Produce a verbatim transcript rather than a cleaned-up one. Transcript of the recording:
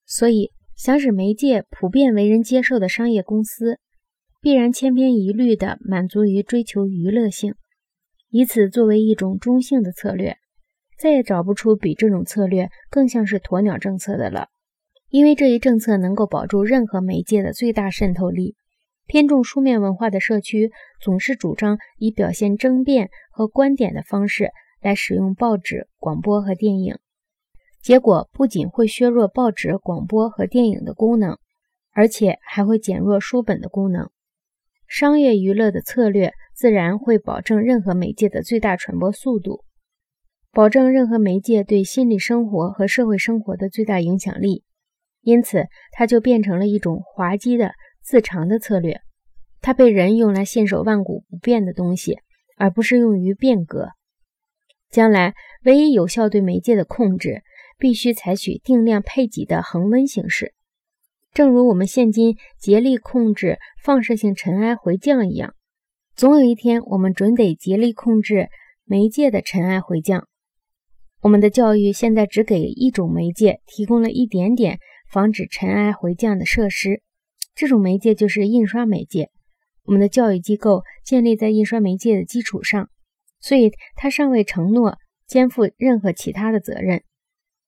所以想使媒介普遍为人接受的商业公司，必然千篇一律地满足于追求娱乐性，以此作为一种中性的策略。再也找不出比这种策略更像是鸵鸟政策的了，因为这一政策能够保住任何媒介的最大渗透力。偏重书面文化的社区总是主张以表现争辩和观点的方式来使用报纸、广播和电影，结果不仅会削弱报纸、广播和电影的功能，而且还会减弱书本的功能。商业娱乐的策略自然会保证任何媒介的最大传播速度，保证任何媒介对心理生活和社会生活的最大影响力，因此它就变成了一种滑稽的自偿的策略。它被人用来信守万古不变的东西，而不是用于变革。将来唯一有效对媒介的控制，必须采取定量配给的恒温形式，正如我们现今竭力控制放射性尘埃回降一样，总有一天我们准得竭力控制媒介的尘埃回降。我们的教育现在只给一种媒介提供了一点点防止尘埃回降的设施，这种媒介就是印刷媒介。我们的教育机构建立在印刷媒介的基础上，所以它尚未承诺肩负任何其他的责任。